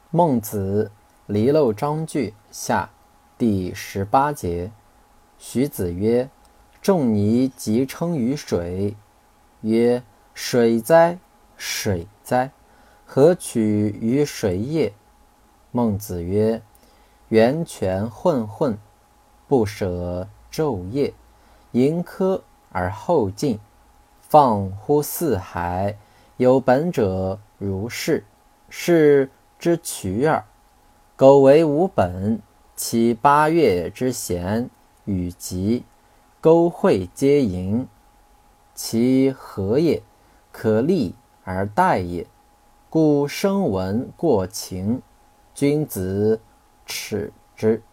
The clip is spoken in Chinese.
孟子离娄章句下第18节。徐子曰：仲尼即称于水，曰：水哉，水哉，何取于水也？孟子曰：源泉混混，不舍昼夜，盈科而后进，放乎四海，有本者如是，是之取耳。苟为无本，其8月之弦与极，沟卉皆盈，其何也？可立而待也。故声闻过情，君子耻之。